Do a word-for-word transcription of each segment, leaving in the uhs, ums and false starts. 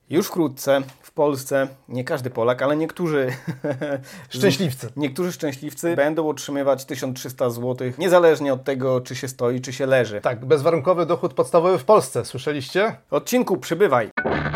Już wkrótce w Polsce, nie każdy Polak, ale niektórzy szczęśliwcy. niektórzy szczęśliwcy będą otrzymywać tysiąc trzysta złotych, niezależnie od tego, czy się stoi, czy się leży. Tak, bezwarunkowy dochód podstawowy w Polsce. Słyszeliście? W odcinku przybywaj.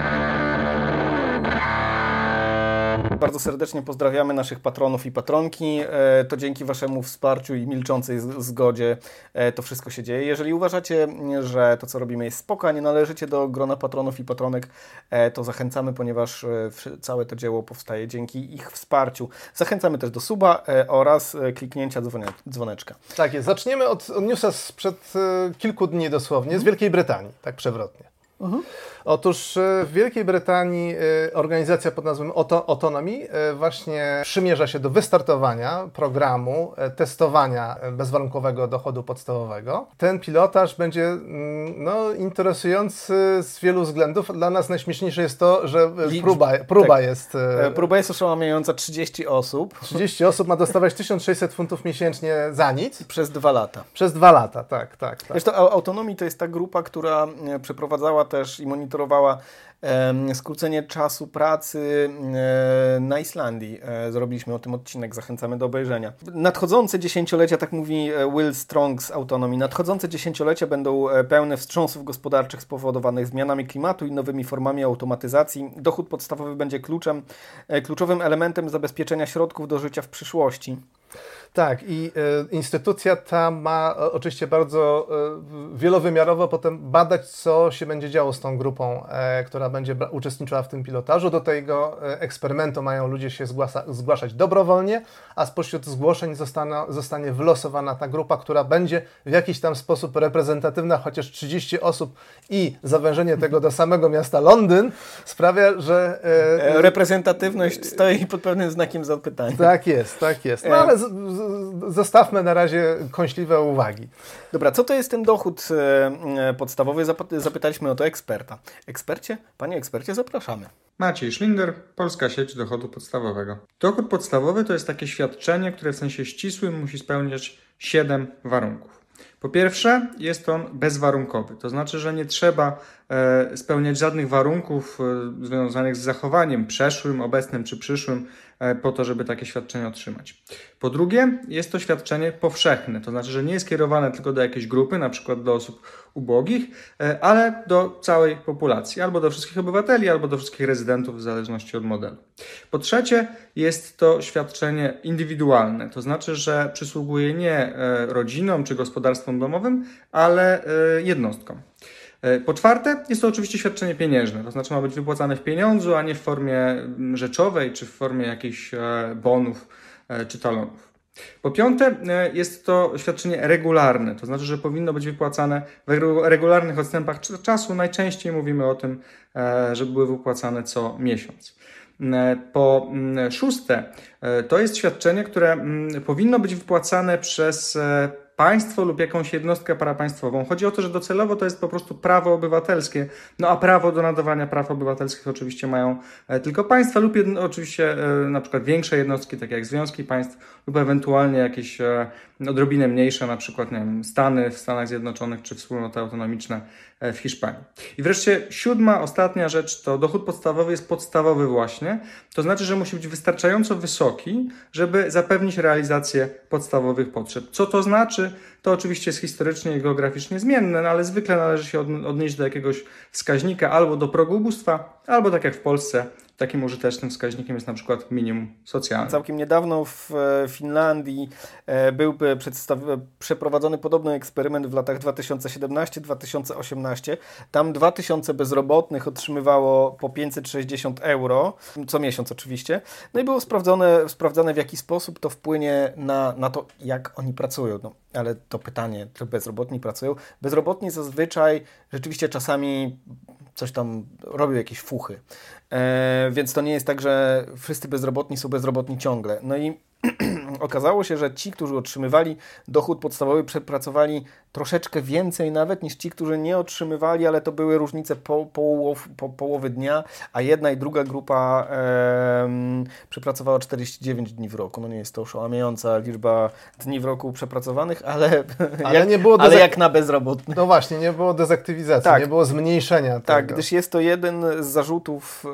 Bardzo serdecznie pozdrawiamy naszych patronów i patronki. To dzięki Waszemu wsparciu i milczącej zgodzie to wszystko się dzieje. Jeżeli uważacie, że to, co robimy, jest spoko, a nie należycie do grona patronów i patronek, to zachęcamy, ponieważ całe to dzieło powstaje dzięki ich wsparciu. Zachęcamy też do suba oraz kliknięcia dzwoneczka. Tak jest. Zaczniemy od, od newsa sprzed kilku dni dosłownie, z Wielkiej Brytanii, tak przewrotnie. Uh-huh. Otóż w Wielkiej Brytanii organizacja pod nazwą Autonomy właśnie przymierza się do wystartowania programu testowania bezwarunkowego dochodu podstawowego. Ten pilotaż będzie no, interesujący z wielu względów. Dla nas najśmieszniejsze jest to, że próba, próba tak. jest... Próba jest oszałamiająca trzydzieści osób. trzydzieści osób ma dostawać tysiąc sześćset funtów miesięcznie za nic. Przez dwa lata. Przez dwa lata, tak, tak. tak. Zresztą Autonomy to jest ta grupa, która przeprowadzała też i monitorowała e, skrócenie czasu pracy e, na Islandii. E, zrobiliśmy o tym odcinek, zachęcamy do obejrzenia. Nadchodzące dziesięciolecia, tak mówi Will Strong z Autonomy, nadchodzące dziesięciolecia będą pełne wstrząsów gospodarczych spowodowanych zmianami klimatu i nowymi formami automatyzacji. Dochód podstawowy będzie kluczem, e, kluczowym elementem zabezpieczenia środków do życia w przyszłości. Tak, i y, instytucja ta ma y, oczywiście bardzo y, wielowymiarowo potem badać, co się będzie działo z tą grupą, y, która będzie bra- uczestniczyła w tym pilotażu. Do tego y, eksperymentu mają ludzie się zgłasa- zgłaszać dobrowolnie, a spośród zgłoszeń zostana, zostanie wylosowana ta grupa, która będzie w jakiś tam sposób reprezentatywna, chociaż trzydzieści osób i zawężenie tego do samego miasta Londyn sprawia, że... Y, Reprezentatywność stoi pod pewnym znakiem zapytania. Tak jest, tak jest. No ale z, z, zostawmy na razie kąśliwe uwagi. Dobra, co to jest ten dochód e, podstawowy? Zap- zapytaliśmy o to eksperta. Ekspercie? Panie ekspercie, zapraszamy. Maciej Szlinger, Polska Sieć Dochodu Podstawowego. Dochód podstawowy to jest takie świadczenie, które w sensie ścisłym musi spełniać siedem warunków. Po pierwsze, jest on bezwarunkowy, to znaczy, że nie trzeba e, spełniać żadnych warunków e, związanych z zachowaniem przeszłym, obecnym czy przyszłym e, po to, żeby takie świadczenie otrzymać. Po drugie, jest to świadczenie powszechne, to znaczy, że nie jest kierowane tylko do jakiejś grupy, na przykład do osób ubogich, e, ale do całej populacji, albo do wszystkich obywateli, albo do wszystkich rezydentów w zależności od modelu. Po trzecie, jest to świadczenie indywidualne, to znaczy, że przysługuje nie e, rodzinom czy gospodarstwom domowym, ale e, jednostkom. Po czwarte, jest to oczywiście świadczenie pieniężne, to znaczy ma być wypłacane w pieniądzu, a nie w formie rzeczowej, czy w formie jakichś bonów, czy talonów. Po piąte, jest to świadczenie regularne, to znaczy, że powinno być wypłacane w regularnych odstępach czasu. Najczęściej mówimy o tym, że były wypłacane co miesiąc. Po szóste, to jest świadczenie, które powinno być wypłacane przez państwo lub jakąś jednostkę parapaństwową. Chodzi o to, że docelowo to jest po prostu prawo obywatelskie, no a prawo do nadawania praw obywatelskich oczywiście mają tylko państwa lub jedno, oczywiście na przykład większe jednostki, takie jak związki państw lub ewentualnie jakieś odrobinę mniejsze, na przykład nie wiem, Stany w Stanach Zjednoczonych czy wspólnoty autonomiczne w Hiszpanii. I wreszcie siódma, ostatnia rzecz to dochód podstawowy jest podstawowy właśnie, to znaczy, że musi być wystarczająco wysoki, żeby zapewnić realizację podstawowych potrzeb. Co to znaczy? To oczywiście jest historycznie i geograficznie zmienne, no ale zwykle należy się odnieść do jakiegoś wskaźnika albo do progu ubóstwa, albo tak jak w Polsce, takim użytecznym wskaźnikiem jest na przykład minimum socjalne. Całkiem niedawno w Finlandii był przedstaw- przeprowadzony podobny eksperyment w latach dwa tysiące siedemnasty do dwa tysiące osiemnastego. Tam dwa tysiące bezrobotnych otrzymywało po pięćset sześćdziesiąt euro, co miesiąc oczywiście. No i było sprawdzone, sprawdzane w jaki sposób to wpłynie na, na to, jak oni pracują. No, ale to pytanie, czy bezrobotni pracują? Bezrobotni zazwyczaj rzeczywiście czasami coś tam robią, jakieś fuchy. E, więc to nie jest tak, że wszyscy bezrobotni są bezrobotni ciągle. No i okazało się, że ci, którzy otrzymywali dochód podstawowy, przepracowali troszeczkę więcej nawet niż ci, którzy nie otrzymywali, ale to były różnice po, połow, po połowy dnia, a jedna i druga grupa e, przepracowała czterdzieści dziewięć dni w roku. No nie jest to oszałamiająca liczba dni w roku przepracowanych, ale, ale, jak, nie było ale dezak- jak na bezrobotnych. No właśnie, nie było dezaktywizacji, tak. nie było zmniejszenia tego. Tak, gdyż jest to jeden z zarzutów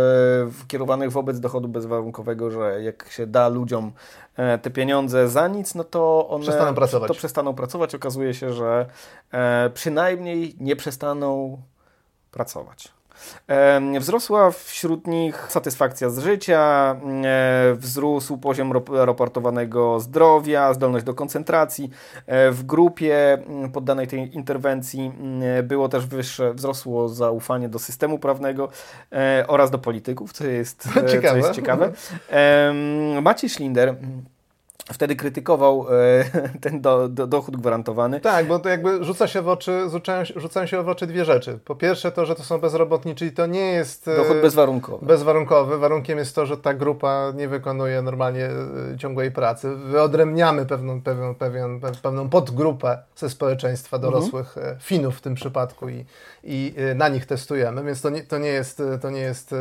e, kierowanych wobec dochodu bezwarunkowego, że jak się da ludziom e, te pieniądze za nic, no to one przestaną pracować. To przestaną pracować. Okazuje się, że e, przynajmniej nie przestaną pracować. E, wzrosła wśród nich satysfakcja z życia, e, wzrósł poziom raportowanego zdrowia, zdolność do koncentracji. E, w grupie poddanej tej interwencji e, było też wyższe, wzrosło zaufanie do systemu prawnego e, oraz do polityków, co jest ciekawe. Co jest ciekawe. E, Maciej Szlinder wtedy krytykował e, ten do, do, dochód gwarantowany. Tak, bo to jakby rzuca się w oczy, rzucają, rzucają się w oczy dwie rzeczy. Po pierwsze to, że to są bezrobotni, czyli to nie jest... Dochód bezwarunkowy. Bezwarunkowy. Warunkiem jest to, że ta grupa nie wykonuje normalnie ciągłej pracy. Wyodrębniamy pewną, pewną, pewien, pewną podgrupę ze społeczeństwa dorosłych mhm. Finów w tym przypadku i, i na nich testujemy, więc to nie, to nie jest... To nie jest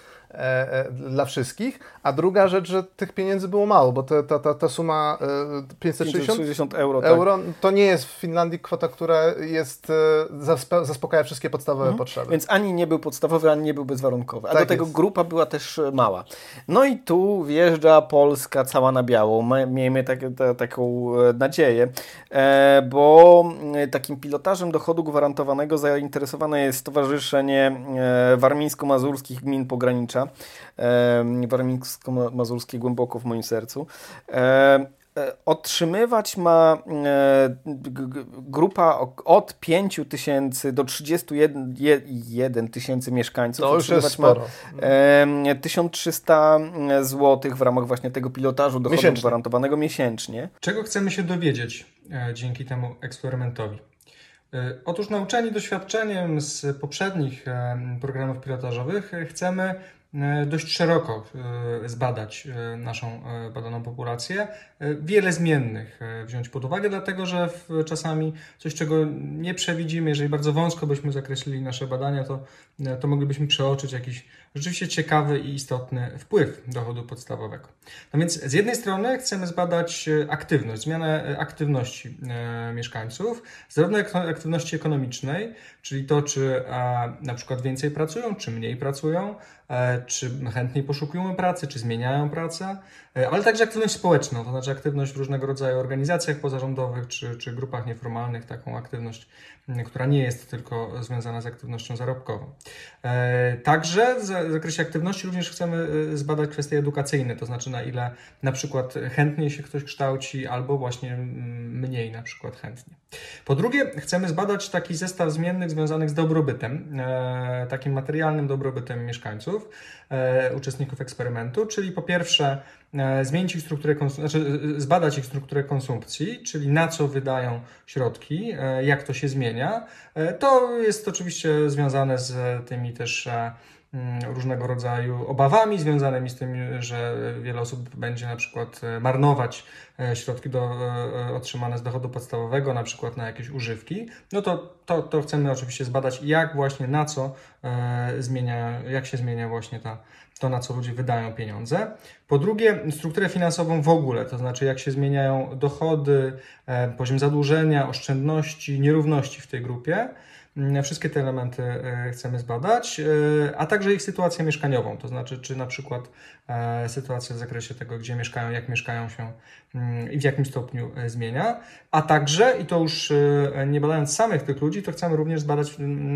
E, e, dla wszystkich, a druga rzecz, że tych pieniędzy było mało, bo ta, ta, ta, ta suma e, pięćset sześćdziesiąt euro, euro tak. to nie jest w Finlandii kwota, która jest, e, zaspokaja wszystkie podstawowe mhm. potrzeby. Więc ani nie był podstawowy, ani nie był bezwarunkowy, a tak do tego jest. grupa była też mała. No i tu wjeżdża Polska cała na biało. My, miejmy tak, ta, taką nadzieję, e, bo takim pilotażem dochodu gwarantowanego zainteresowane jest Stowarzyszenie e, Warmińsko-Mazurskich Gmin Pogranicza. E, Warmińsko-Mazurskie głęboko w moim sercu. E, Otrzymywać ma e, g, g, grupa od pięciu tysięcy do trzydziestu jeden tysięcy mieszkańców. To już jest sporo. Ma e, tysiąc trzysta złotych w ramach właśnie tego pilotażu dochodu miesięcznie. gwarantowanego miesięcznie. Czego chcemy się dowiedzieć e, dzięki temu eksperymentowi? E, otóż nauczeni doświadczeniem z poprzednich e, programów pilotażowych e, chcemy dość szeroko zbadać naszą badaną populację, wiele zmiennych wziąć pod uwagę, dlatego że czasami coś, czego nie przewidzimy, jeżeli bardzo wąsko byśmy zakreślili nasze badania, to, to moglibyśmy przeoczyć jakiś rzeczywiście ciekawy i istotny wpływ dochodu podstawowego. No więc z jednej strony chcemy zbadać aktywność, zmianę aktywności mieszkańców, zarówno aktywności ekonomicznej, czyli to, czy na przykład więcej pracują, czy mniej pracują, czy chętniej poszukują pracy, czy zmieniają pracę, ale także aktywność społeczną, to znaczy aktywność w różnego rodzaju organizacjach pozarządowych, czy, czy grupach nieformalnych, taką aktywność, która nie jest tylko związana z aktywnością zarobkową. Także w zakresie aktywności również chcemy zbadać kwestie edukacyjne, to znaczy na ile na przykład chętniej się ktoś kształci, albo właśnie mniej na przykład chętnie. Po drugie, chcemy zbadać taki zestaw zmiennych związanych z dobrobytem, takim materialnym dobrobytem mieszkańców, uczestników eksperymentu, czyli po pierwsze zmienić ich strukturę, znaczy zbadać ich strukturę konsumpcji, czyli na co wydają środki, jak to się zmienia. To jest oczywiście związane z tymi też różnego rodzaju obawami związanymi z tym, że wiele osób będzie na przykład marnować środki do, otrzymane z dochodu podstawowego, na przykład na jakieś używki. No to, to, to chcemy oczywiście zbadać, jak właśnie na co zmienia, jak się zmienia właśnie ta to, na co ludzie wydają pieniądze. Po drugie, strukturę finansową w ogóle, to znaczy jak się zmieniają dochody, poziom zadłużenia, oszczędności, nierówności w tej grupie. Wszystkie te elementy chcemy zbadać, a także ich sytuację mieszkaniową, to znaczy czy na przykład sytuacja w zakresie tego, gdzie mieszkają, jak mieszkają się i w jakim stopniu zmienia, a także, i to już nie badając samych tych ludzi, to chcemy również zbadać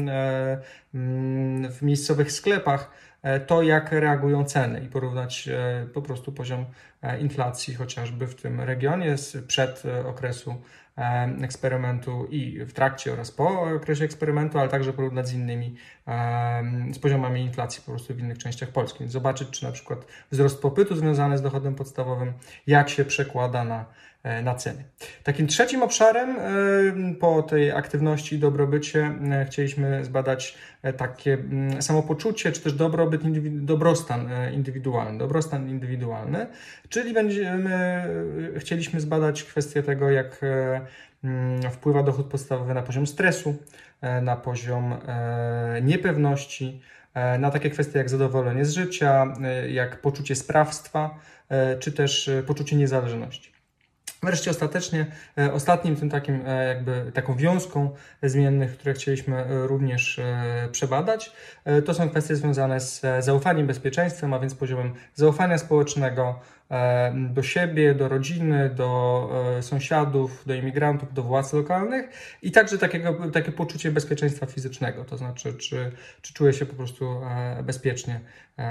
w miejscowych sklepach to, jak reagują ceny i porównać po prostu poziom inflacji chociażby w tym regionie sprzed okresu eksperymentu i w trakcie oraz po okresie eksperymentu, ale także porównać z innymi, z poziomami inflacji po prostu w innych częściach Polski. Więc zobaczyć, czy na przykład wzrost popytu związany z dochodem podstawowym, jak się przekłada na, na ceny. Takim trzecim obszarem po tej aktywności i dobrobycie chcieliśmy zbadać takie samopoczucie, czy też dobrobyt, dobrostan indywidualny, dobrostan indywidualny, czyli będziemy, chcieliśmy zbadać kwestię tego, jak wpływa dochód podstawowy na poziom stresu, na poziom niepewności, na takie kwestie jak zadowolenie z życia, jak poczucie sprawstwa, czy też poczucie niezależności. Wreszcie ostatecznie, ostatnim tym takim jakby taką wiązką zmiennych, które chcieliśmy również przebadać, to są kwestie związane z zaufaniem, bezpieczeństwem, a więc poziomem zaufania społecznego do siebie, do rodziny, do sąsiadów, do imigrantów, do władz lokalnych i także takiego, takie poczucie bezpieczeństwa fizycznego, to znaczy czy, czy czuję się po prostu bezpiecznie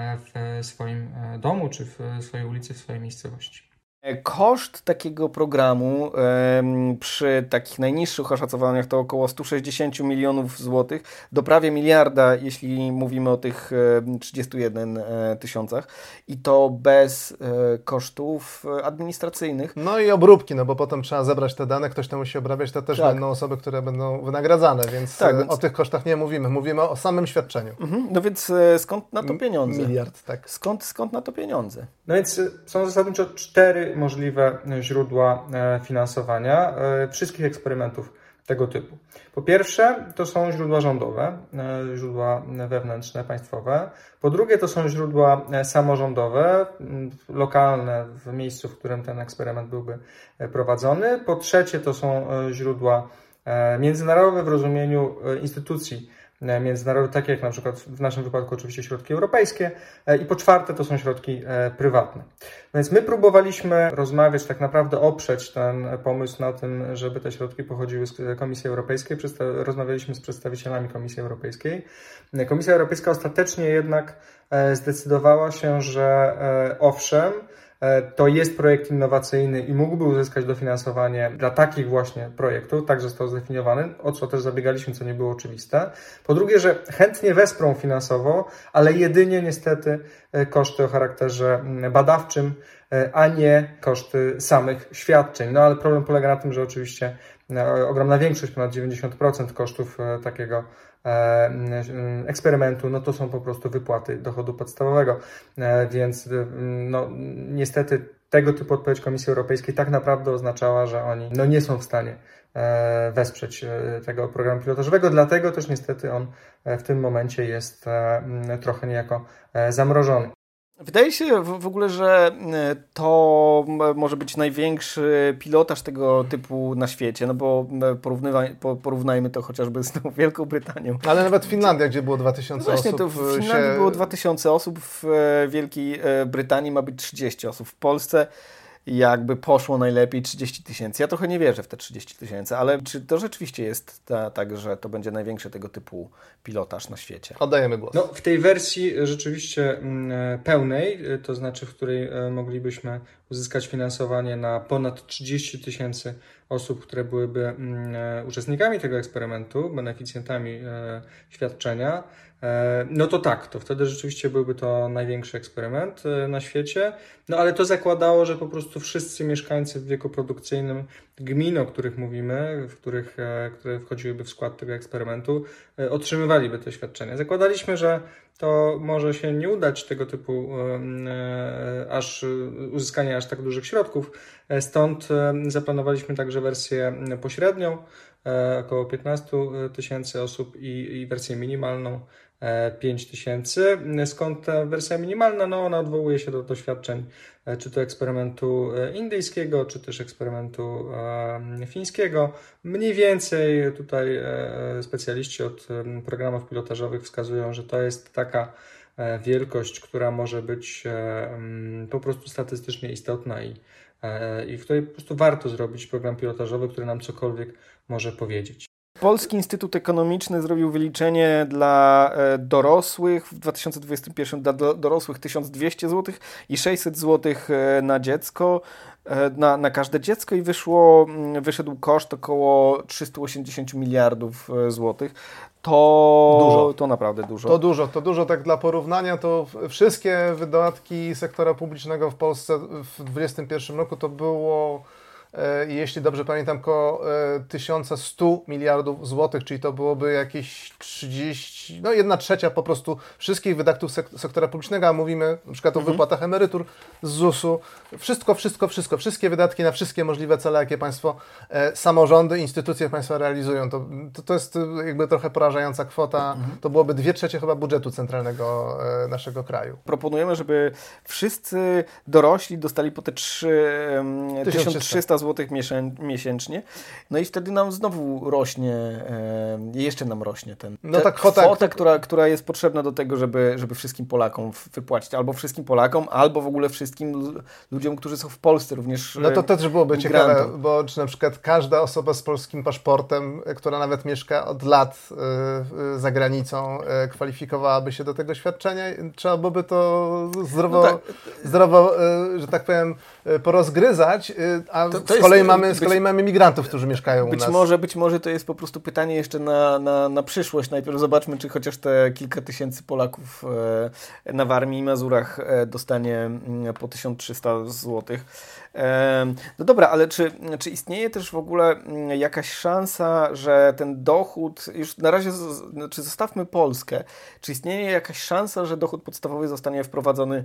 w swoim domu, czy w swojej ulicy, w swojej miejscowości. Koszt takiego programu e, przy takich najniższych oszacowaniach to około sto sześćdziesiąt milionów złotych do prawie miliarda, jeśli mówimy o tych e, trzydziestu jeden tysiącach i to bez e, kosztów administracyjnych. No i obróbki, no bo potem trzeba zebrać te dane, ktoś to musi obrabiać, to też tak. Będą osoby, które będą wynagradzane, więc, tak, więc o tych kosztach nie mówimy, mówimy o samym świadczeniu. Mhm. No więc e, skąd na to pieniądze? Miliard, tak. Skąd, skąd na to pieniądze? No więc są zasadniczo cztery możliwe źródła finansowania wszystkich eksperymentów tego typu. Po pierwsze, to są źródła rządowe, źródła wewnętrzne, państwowe. Po drugie, to są źródła samorządowe, lokalne w miejscu, w którym ten eksperyment byłby prowadzony. Po trzecie, to są źródła międzynarodowe w rozumieniu instytucji międzynarodowe, takie jak na przykład w naszym wypadku oczywiście środki europejskie i po czwarte to są środki prywatne. Więc my próbowaliśmy rozmawiać, tak naprawdę oprzeć ten pomysł na tym, żeby te środki pochodziły z Komisji Europejskiej. Rozmawialiśmy z przedstawicielami Komisji Europejskiej. Komisja Europejska ostatecznie jednak zdecydowała się, że owszem, to jest projekt innowacyjny i mógłby uzyskać dofinansowanie dla takich właśnie projektów, tak został zdefiniowany, o co też zabiegaliśmy, co nie było oczywiste. Po drugie, że chętnie wesprą finansowo, ale jedynie niestety koszty o charakterze badawczym, a nie koszty samych świadczeń. No ale problem polega na tym, że oczywiście ogromna większość, ponad dziewięćdziesiąt procent kosztów takiego eksperymentu, no to są po prostu wypłaty dochodu podstawowego, więc no niestety tego typu odpowiedź Komisji Europejskiej tak naprawdę oznaczała, że oni no nie są w stanie wesprzeć tego programu pilotażowego, dlatego też niestety on w tym momencie jest trochę niejako zamrożony. Wydaje się w ogóle, że to może być największy pilotaż tego typu na świecie, no bo porównajmy to chociażby z tą Wielką Brytanią. Ale nawet Finlandia, gdzie było dwa tysiące no właśnie, osób. To w Finlandii się... było dwa tysiące osób, w Wielkiej Brytanii ma być trzydzieści osób. W Polsce jakby poszło najlepiej trzydzieści tysięcy. Ja trochę nie wierzę w te trzydzieści tysięcy, ale czy to rzeczywiście jest ta, tak, że to będzie największy tego typu pilotaż na świecie? Oddajemy głos. No, w tej wersji rzeczywiście pełnej, to znaczy w której moglibyśmy uzyskać finansowanie na ponad trzydzieści tysięcy osób, które byłyby uczestnikami tego eksperymentu, beneficjentami świadczenia, no to tak, to wtedy rzeczywiście byłby to największy eksperyment na świecie, no ale to zakładało, że po prostu wszyscy mieszkańcy w wieku produkcyjnym gmin, o których mówimy, w których, które wchodziłyby w skład tego eksperymentu, otrzymywaliby te świadczenia. Zakładaliśmy, że to może się nie udać tego typu aż uzyskania aż tak dużych środków, stąd zaplanowaliśmy także wersję pośrednią, około piętnaście tysięcy osób i, i wersję minimalną pięć tysięcy. Skąd ta wersja minimalna? No ona odwołuje się do doświadczeń czy to eksperymentu indyjskiego, czy też eksperymentu fińskiego. Mniej więcej tutaj specjaliści od programów pilotażowych wskazują, że to jest taka wielkość, która może być po prostu statystycznie istotna i, i w której po prostu warto zrobić program pilotażowy, który nam cokolwiek może powiedzieć. Polski Instytut Ekonomiczny zrobił wyliczenie dla dorosłych w dwa tysiące dwudziestym pierwszym dla dorosłych tysiąc dwieście złotych i sześćset złotych na dziecko, na, na każde dziecko i wyszło, wyszedł koszt około trzysta osiemdziesiąt miliardów złotych. To, dużo. to naprawdę dużo. To dużo, to dużo. Tak dla porównania, to wszystkie wydatki sektora publicznego w Polsce w dwudziestym pierwszym roku to było jeśli dobrze pamiętam, około tysiąc sto miliardów złotych, czyli to byłoby jakieś trzydzieści, no jedna trzecia po prostu wszystkich wydatków sek- sektora publicznego, a mówimy na przykład o mhm. wypłatach emerytur z zusu. Wszystko, wszystko, wszystko, wszystkie wydatki na wszystkie możliwe cele, jakie państwo, e, samorządy, instytucje państwa realizują. To, to, to jest jakby trochę porażająca kwota. Mhm. To byłoby dwie trzecie chyba budżetu centralnego e, naszego kraju. Proponujemy, żeby wszyscy dorośli dostali po te tysiąc trzysta złotych miesięcznie. No i wtedy nam znowu rośnie, e, jeszcze nam rośnie ten, no ta kwota, kwota która, która jest potrzebna do tego, żeby, żeby wszystkim Polakom wypłacić. Albo wszystkim Polakom, albo w ogóle wszystkim ludziom, którzy są w Polsce również. No to też byłoby migrantów. Ciekawe, bo czy na przykład każda osoba z polskim paszportem, która nawet mieszka od lat y, za granicą, y, kwalifikowałaby się do tego świadczenia? Trzeba byłoby to zdrowo, no tak. zdrowo y, że tak powiem, y, porozgryzać, y, a to, to z, kolei jest, mamy, z kolei być, mamy migrantów, którzy mieszkają u być nas. Może, być może to jest po prostu pytanie jeszcze na, na, na przyszłość. Najpierw zobaczmy, czy chociaż te kilka tysięcy Polaków e, na Warmii i Mazurach e, dostanie po tysiąc trzysta złotych. E, no dobra, ale czy, czy istnieje też w ogóle jakaś szansa, że ten dochód, już na razie znaczy zostawmy Polskę, czy istnieje jakaś szansa, że dochód podstawowy zostanie wprowadzony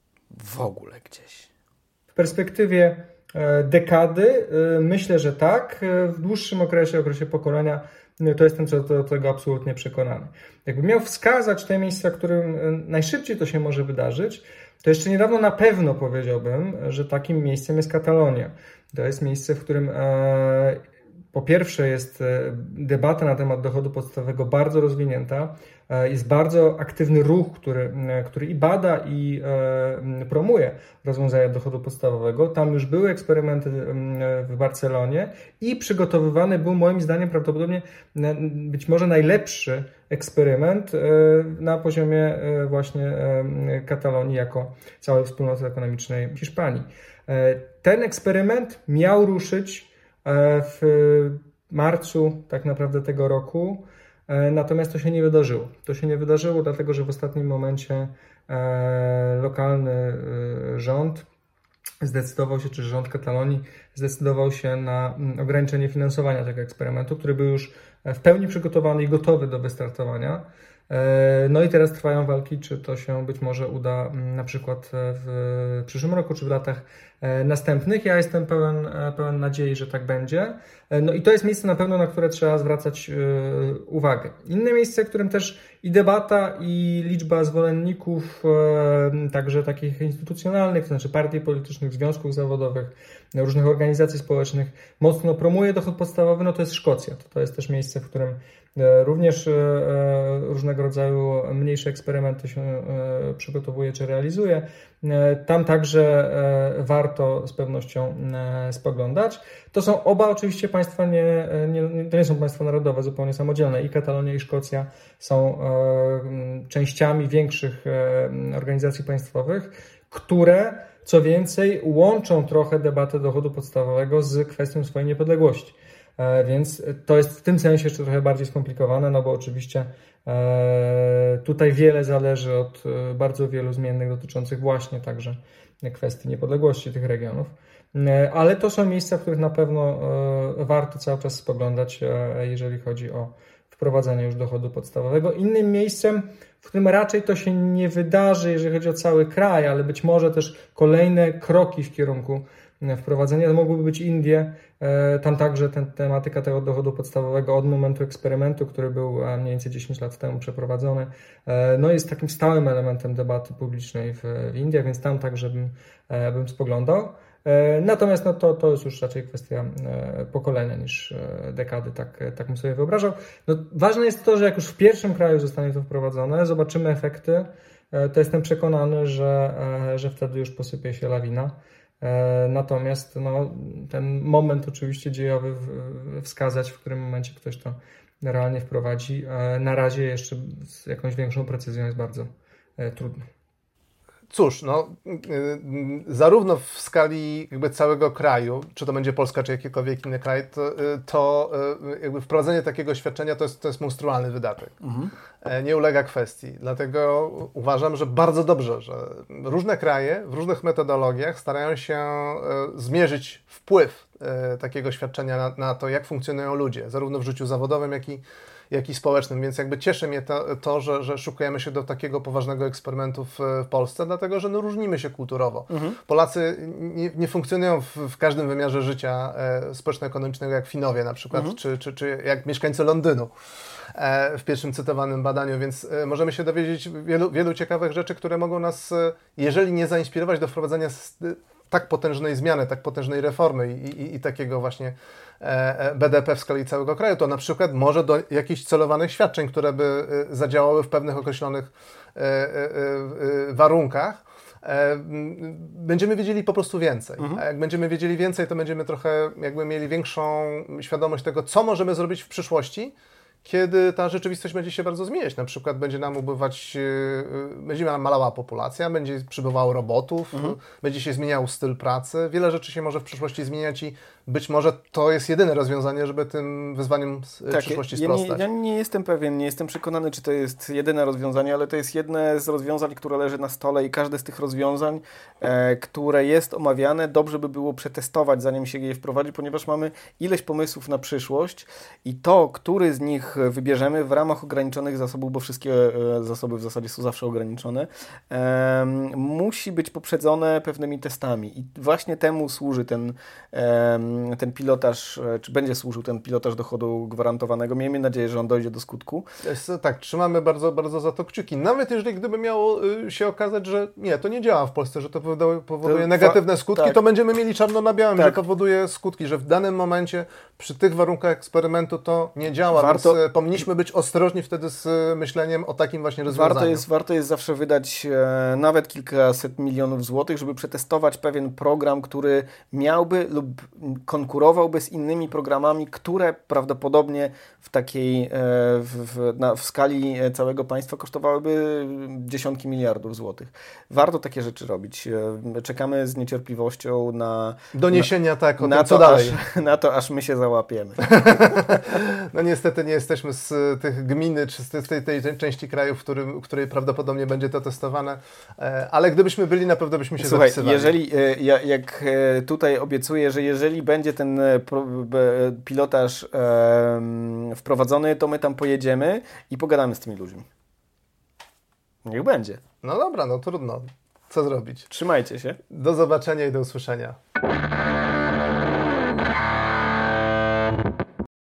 w ogóle gdzieś? W perspektywie dekady myślę, że tak. W dłuższym okresie, okresie pokolenia to jestem co do tego absolutnie przekonany. Jakbym miał wskazać te miejsca, w którym najszybciej to się może wydarzyć, to jeszcze niedawno na pewno powiedziałbym, że takim miejscem jest Katalonia. To jest miejsce, w którym e, po pierwsze jest debata na temat dochodu podstawowego bardzo rozwinięta, e, jest bardzo aktywny ruch, który, który i bada, i e, promuje rozwiązania dochodu podstawowego. Tam już były eksperymenty w Barcelonie i przygotowywany był moim zdaniem prawdopodobnie być może najlepszy eksperyment na poziomie właśnie Katalonii jako całej wspólnoty ekonomicznej Hiszpanii. Ten eksperyment miał ruszyć w marcu tak naprawdę tego roku, natomiast to się nie wydarzyło. To się nie wydarzyło dlatego, że w ostatnim momencie lokalny rząd zdecydował się, czy rząd Katalonii zdecydował się na ograniczenie finansowania tego eksperymentu, który był już w pełni przygotowany i gotowy do wystartowania. No i teraz trwają walki, czy to się być może uda na przykład w przyszłym roku, czy w latach następnych. Ja jestem pełen, pełen nadziei, że tak będzie. No i to jest miejsce na pewno, na które trzeba zwracać uwagę. Inne miejsce, w którym też i debata, i liczba zwolenników, także takich instytucjonalnych, to znaczy partii politycznych, związków zawodowych, różnych organizacji społecznych, mocno promuje dochód podstawowy, no to jest Szkocja. To, to jest też miejsce, w którym również różnego rodzaju mniejsze eksperymenty się przygotowuje czy realizuje. Tam także warto z pewnością spoglądać. To są oba oczywiście państwa, nie, nie, to nie są państwa narodowe, zupełnie samodzielne. I Katalonia, i Szkocja są częściami większych organizacji państwowych, które co więcej łączą trochę debatę dochodu podstawowego z kwestią swojej niepodległości. Więc to jest w tym sensie jeszcze trochę bardziej skomplikowane, no bo oczywiście tutaj wiele zależy od bardzo wielu zmiennych dotyczących właśnie także kwestii niepodległości tych regionów. Ale to są miejsca, w których na pewno warto cały czas spoglądać, jeżeli chodzi o wprowadzenie już dochodu podstawowego. Innym miejscem, w którym raczej to się nie wydarzy, jeżeli chodzi o cały kraj, ale być może też kolejne kroki w kierunku wprowadzenia, to mogłyby być Indie. Tam także ten, tematyka tego dochodu podstawowego od momentu eksperymentu, który był mniej więcej dziesięć lat temu przeprowadzony, no jest takim stałym elementem debaty publicznej w, w Indiach, więc tam także bym, bym spoglądał. Natomiast no to, to jest już raczej kwestia pokolenia niż dekady, tak, tak bym sobie wyobrażał. No, ważne jest to, że jak już w pierwszym kraju zostanie to wprowadzone, zobaczymy efekty, to jestem przekonany, że, że wtedy już posypie się lawina. Natomiast no, ten moment oczywiście dziejowy wskazać, w którym momencie ktoś to realnie wprowadzi, na razie jeszcze z jakąś większą precyzją jest bardzo trudno. Cóż, no, zarówno w skali jakby całego kraju, czy to będzie Polska, czy jakikolwiek inny kraj, to, to jakby wprowadzenie takiego świadczenia to jest, to jest monstrualny wydatek. Mhm. Nie ulega kwestii. Dlatego uważam, że bardzo dobrze, że różne kraje w różnych metodologiach starają się zmierzyć wpływ takiego świadczenia na, na to, jak funkcjonują ludzie, zarówno w życiu zawodowym, jak i jak i społecznym, więc jakby cieszy mnie to, to że, że szukujemy się do takiego poważnego eksperymentu w, w Polsce, dlatego, że no, różnimy się kulturowo. Mhm. Polacy nie, nie funkcjonują w, w każdym wymiarze życia e, społeczno-ekonomicznego jak Finowie na przykład, mhm. czy, czy, czy jak mieszkańcy Londynu e, w pierwszym cytowanym badaniu, więc e, możemy się dowiedzieć wielu, wielu ciekawych rzeczy, które mogą nas, e, jeżeli nie zainspirować do wprowadzenia s, tak potężnej zmiany, tak potężnej reformy i, i, i takiego właśnie B D P w skali całego kraju, to na przykład może do jakichś celowanych świadczeń, które by zadziałały w pewnych określonych warunkach, będziemy wiedzieli po prostu więcej. Mhm. A jak będziemy wiedzieli więcej, to będziemy trochę jakby mieli większą świadomość tego, co możemy zrobić w przyszłości, kiedy ta rzeczywistość będzie się bardzo zmieniać. Na przykład będzie nam ubywać, będzie nam malała populacja, będzie przybywało robotów, mhm. będzie się zmieniał styl pracy. Wiele rzeczy się może w przyszłości zmieniać i być może to jest jedyne rozwiązanie, żeby tym wyzwaniom tak, przyszłości sprostać. Ja nie, ja nie jestem pewien, nie jestem przekonany, czy to jest jedyne rozwiązanie, ale to jest jedne z rozwiązań, które leży na stole i każde z tych rozwiązań, e, które jest omawiane, dobrze by było przetestować, zanim się je wprowadzi, ponieważ mamy ileś pomysłów na przyszłość i to, który z nich wybierzemy w ramach ograniczonych zasobów, bo wszystkie e, zasoby w zasadzie są zawsze ograniczone, e, musi być poprzedzone pewnymi testami i właśnie temu służy ten e, ten pilotaż, czy będzie służył ten pilotaż dochodu gwarantowanego. Miejmy nadzieję, że on dojdzie do skutku. Jest, tak, trzymamy bardzo, bardzo za to kciuki. Nawet jeżeli gdyby miało y, się okazać, że nie, to nie działa w Polsce, że to powoduje, powoduje to negatywne skutki, tak. to będziemy mieli czarno na białym, tak. że powoduje skutki, że w danym momencie przy tych warunkach eksperymentu to nie działa, warto, więc powinniśmy być ostrożni wtedy z myśleniem o takim właśnie rozwiązaniu. Warto jest, warto jest zawsze wydać e, nawet kilkaset milionów złotych, żeby przetestować pewien program, który miałby lub konkurowałby z innymi programami, które prawdopodobnie w takiej, w, w, na, w skali całego państwa kosztowałyby dziesiątki miliardów złotych. Warto takie rzeczy robić. Czekamy z niecierpliwością na doniesienia, na, tak, o na tym, co to, dalej. Aż, na to, aż my się załapiemy. No niestety nie jesteśmy z tych gminy, czy z tej, tej, tej części kraju, w którym, w której prawdopodobnie będzie to testowane, ale gdybyśmy byli, na pewno byśmy się Słuchaj, zapisywali. jeżeli, jak tutaj obiecuję, że jeżeli będzie ten pilotaż wprowadzony, to my tam pojedziemy i pogadamy z tymi ludźmi. Niech będzie. No dobra, no trudno. Co zrobić? Trzymajcie się. Do zobaczenia i do usłyszenia.